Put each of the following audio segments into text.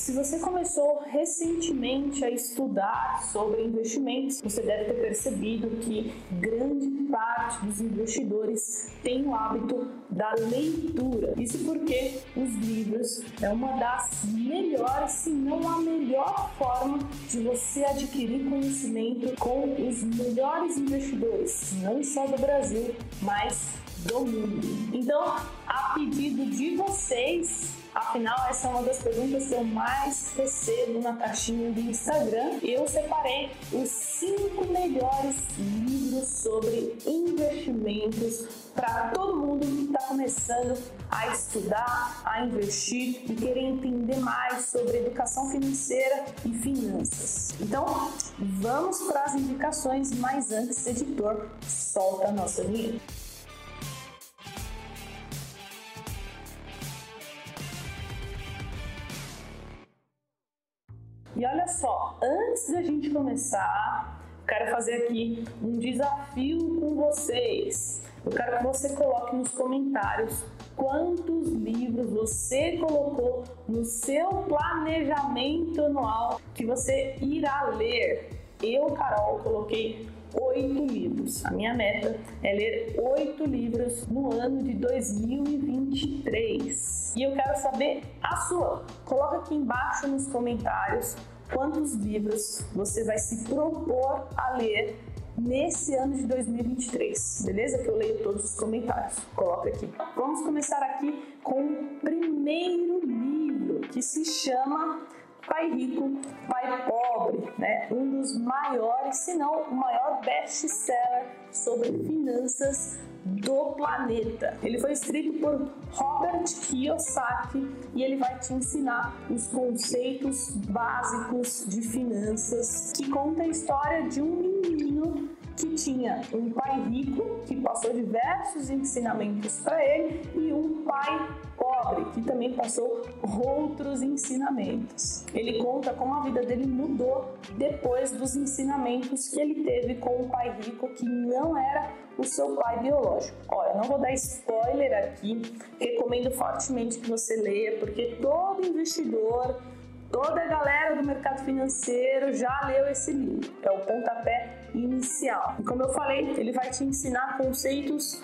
Se você começou recentemente a estudar sobre investimentos, você deve ter percebido que grande parte dos investidores tem o hábito da leitura. Isso porque os livros é uma das melhores, se não a melhor forma de você adquirir conhecimento com os melhores investidores, não só do Brasil, mas do mundo. Então, a pedido de vocês, afinal, essa é uma das perguntas que eu mais recebo na caixinha do Instagram. Eu separei os 5 melhores livros sobre investimentos para todo mundo que está começando a estudar, a investir e querer entender mais sobre educação financeira e finanças. Então, vamos para as indicações, mas antes, editor, solta a nossa vinheta. E olha só, antes da gente começar, quero fazer aqui um desafio com vocês. Eu quero que você coloque nos comentários quantos livros você colocou no seu planejamento anual que você irá ler. Eu, Carol, coloquei 8 livros. A minha meta é ler 8 livros no ano de 2023. E eu quero saber a sua. Coloca aqui embaixo nos comentários quantos livros você vai se propor a ler nesse ano de 2023, beleza? Que eu leio todos os comentários. Coloca aqui. Vamos começar aqui com o primeiro livro, que se chama Pai Rico, Pai Pobre, né? Um dos maiores, se não o maior best-seller sobre finanças do planeta. Ele foi escrito por Robert Kiyosaki e ele vai te ensinar os conceitos básicos de finanças, que conta a história de um menino que tinha um pai rico que passou diversos ensinamentos para ele e um pai pobre que também passou outros ensinamentos. Ele conta como a vida dele mudou depois dos ensinamentos que ele teve com o pai rico, que não era o seu pai biológico. Olha, não vou dar spoiler aqui, recomendo fortemente que você leia, porque todo investidor, toda a galera do mercado financeiro já leu esse livro. É o pontapé inicial. E como eu falei, ele vai te ensinar conceitos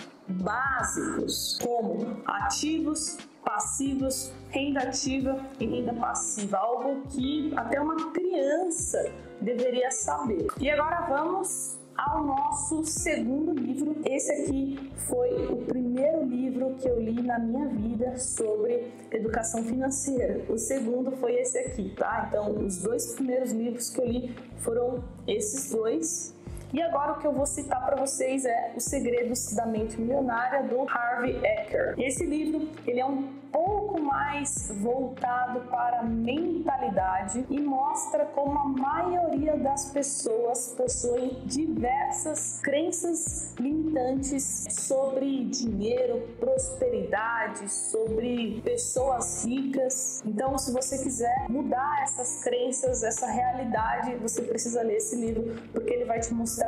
básicos, como ativos, passivos, renda ativa e renda passiva, algo que até uma criança deveria saber. E agora vamos ao nosso segundo livro. Esse aqui foi o primeiro livro que eu li na minha vida sobre educação financeira. O segundo foi esse aqui, tá? Então, os 2 primeiros livros que eu li foram esses 2. E agora o que eu vou citar para vocês é Os Segredos da Mente Milionária, do Harvey Eker. Esse livro, ele é um pouco mais voltado para a mentalidade e mostra como a maioria das pessoas possuem diversas crenças limitantes sobre dinheiro, prosperidade, sobre pessoas ricas. Então, se você quiser mudar essas crenças, essa realidade, você precisa ler esse livro, porque ele vai te mostrar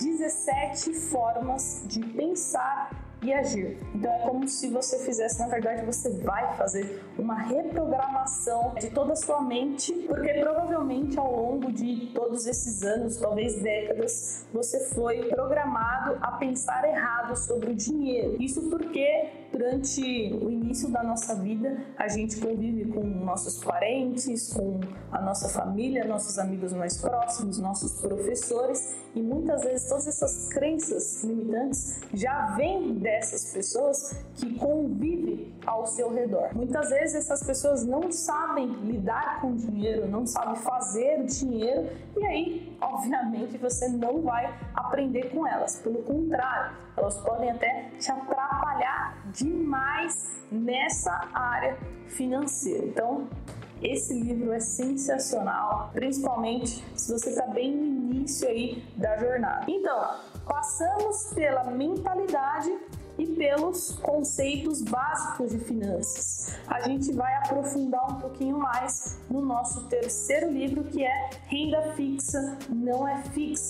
17 formas de pensar e agir. Então é como se você fizesse, na verdade você vai fazer uma reprogramação de toda a sua mente, porque provavelmente ao longo de todos esses anos, talvez décadas, você foi programado a pensar errado sobre o dinheiro. Isso porque durante o início da nossa vida a gente convive com nossos parentes, com a nossa família, nossos amigos mais próximos, nossos professores, e muitas vezes todas essas crenças limitantes já vêm dessas pessoas que convivem ao seu redor. Muitas vezes essas pessoas não sabem lidar com dinheiro, não sabem fazer dinheiro, e aí, obviamente, você não vai aprender com elas. Pelo contrário, elas podem até te atrapalhar demais nessa área financeira. Então, esse livro é sensacional, principalmente se você está bem no início aí da jornada. Então, passamos pela mentalidade e pelos conceitos básicos de finanças. A gente vai aprofundar um pouquinho mais no nosso terceiro livro, que é Renda Fixa Não é Fixa,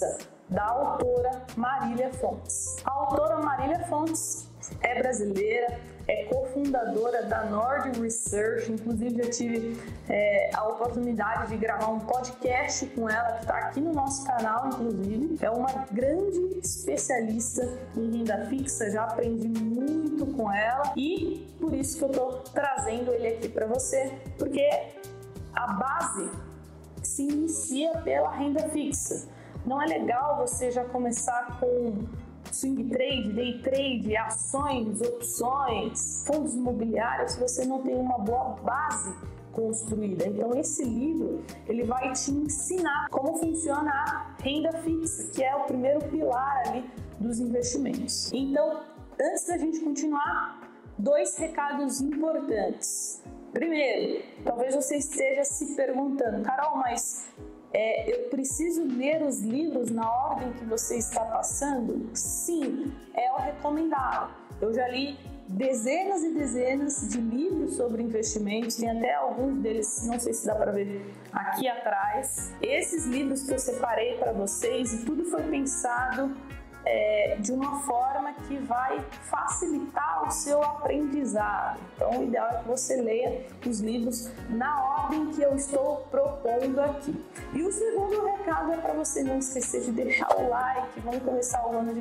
da autora Marília Fontes. A autora Marília Fontes é brasileira, é cofundadora da Nord Research, inclusive eu tive a oportunidade de gravar um podcast com ela, que está aqui no nosso canal, inclusive. É uma grande especialista em renda fixa, já aprendi muito com ela e por isso que eu estou trazendo ele aqui para você, porque a base se inicia pela renda fixa. Não é legal você já começar com swing trade, day trade, ações, opções, fundos imobiliários, se você não tem uma boa base construída. Então esse livro, ele vai te ensinar como funciona a renda fixa, que é o primeiro pilar ali dos investimentos. Então, antes da gente continuar, 2 recados importantes. Primeiro, talvez você esteja se perguntando, Carol, mas eu preciso ler os livros na ordem que você está passando? Sim, é o recomendado. Eu já li dezenas e dezenas de livros sobre investimentos, tem até alguns deles, não sei se dá para ver aqui atrás. Esses livros que eu separei para vocês, e tudo foi pensado de uma forma que vai facilitar o seu aprendizado. Então, o ideal é que você leia os livros na ordem que eu estou propondo aqui. E o segundo recado é para você não esquecer de deixar o like. Vamos começar o ano de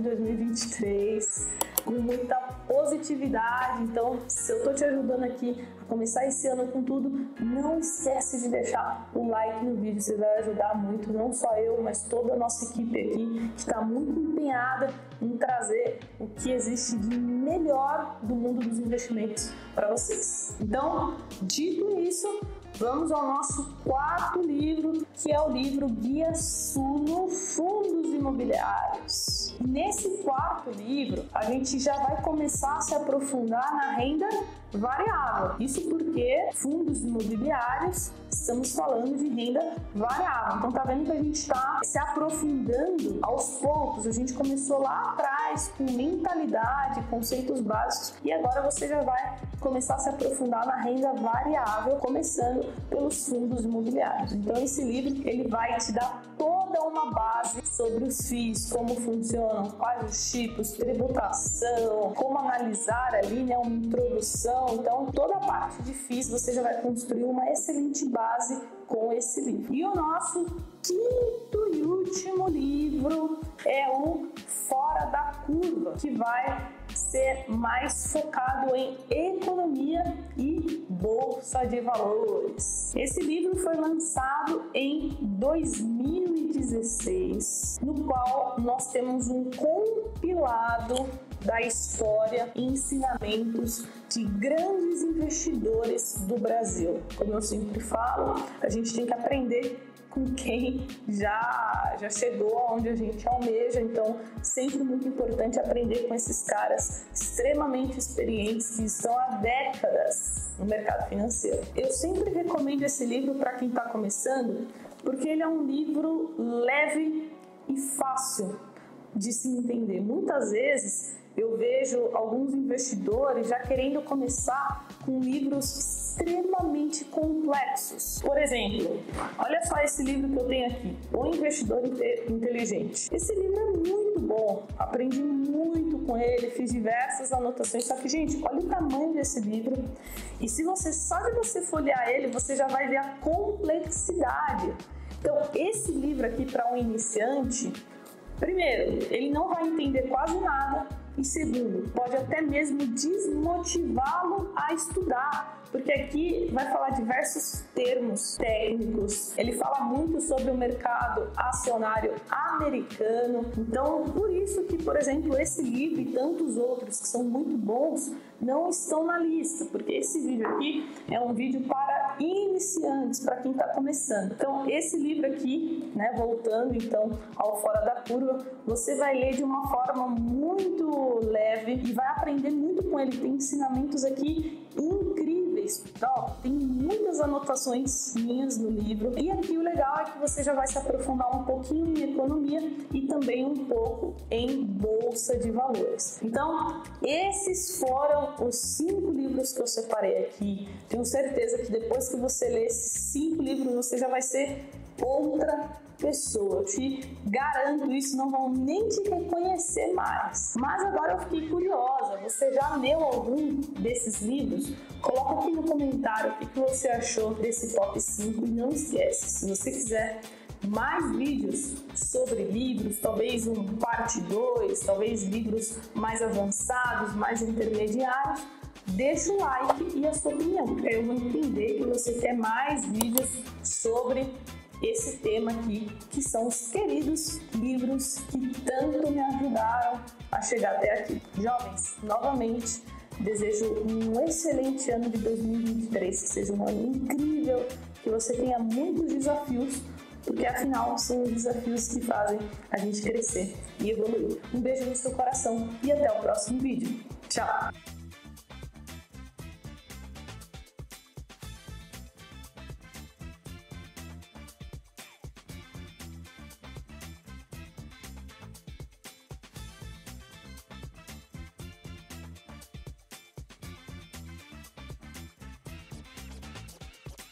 2023 com muita positividade. Então, se eu estou te ajudando aqui a começar esse ano com tudo, não esquece de deixar o like no vídeo. Você vai ajudar muito, não só eu, mas toda a nossa equipe aqui, que está muito empenhada em trazer o que existe de melhor do mundo dos investimentos para vocês. Então, dito isso, vamos ao nosso 4º livro, que é o livro Guia Suno Fundos Imobiliários. Nesse 4º livro, a gente já vai começar a se aprofundar na renda variável. Isso porque fundos imobiliários, estamos falando de renda variável. Então tá vendo que a gente está se aprofundando aos poucos. A gente começou lá atrás com mentalidade, conceitos básicos, e agora você já vai começar a se aprofundar na renda variável, começando pelos fundos imobiliários. Então esse livro, ele vai te dar toda uma base sobre os FIIs, como funcionam, quais os tipos, tributação, como analisar ali, né, uma introdução. Então toda a parte de FIIs você já vai construir uma excelente base com esse livro. E o nosso 5º e último livro é o Fora da Curva, que vai ser mais focado em economia e bolsa de valores. Esse livro foi lançado em 2016, no qual nós temos um compilado da história e ensinamentos de grandes investidores do Brasil. Como eu sempre falo, a gente tem que aprender com quem já chegou aonde a gente almeja, então sempre muito importante aprender com esses caras extremamente experientes que estão há décadas no mercado financeiro. Eu sempre recomendo esse livro para quem está começando, porque ele é um livro leve e fácil de se entender. Muitas vezes eu vejo alguns investidores já querendo começar com livros extremamente complexos. Por exemplo, olha só esse livro que eu tenho aqui, O Investidor Inteligente. Esse livro é muito bom, aprendi muito com ele, fiz diversas anotações, só que, gente, olha o tamanho desse livro. E se você, só de você folhear ele, você já vai ver a complexidade. Então, esse livro aqui para um iniciante, primeiro, ele não vai entender quase nada, e segundo, pode até mesmo desmotivá-lo a estudar, porque aqui vai falar diversos termos técnicos. Ele fala muito sobre o mercado acionário americano. Então, por isso que, por exemplo, esse livro e tantos outros que são muito bons não estão na lista, porque esse vídeo aqui é um vídeo para iniciantes, para quem está começando. Então, esse livro aqui, né, voltando então ao Fora da Curva, você vai ler de uma forma muito leve e vai aprender muito com ele. Tem ensinamentos aqui incríveis. Então, tem muitas anotações minhas no livro. E aqui o legal é que você já vai se aprofundar um pouquinho em economia e também um pouco em bolsa de valores. Então, esses foram os 5 livros que eu separei aqui. Tenho certeza que depois que você ler esses 5 livros, você já vai ser outra pessoa. Eu te garanto isso, não vão nem te reconhecer mais. Mas agora eu fiquei curiosa, você já leu algum desses livros? Coloca aqui no comentário o que você achou desse top 5 e não esquece, se você quiser mais vídeos sobre livros, talvez um parte 2, talvez livros mais avançados, mais intermediários, deixa o like e a sua opinião, porque eu vou entender que você quer mais vídeos sobre esse tema aqui, que são os queridos livros que tanto me ajudaram a chegar até aqui. Jovens, novamente, desejo um excelente ano de 2023, que seja um ano incrível, que você tenha muitos desafios, porque afinal são os desafios que fazem a gente crescer e evoluir. Um beijo no seu coração e até o próximo vídeo. Tchau!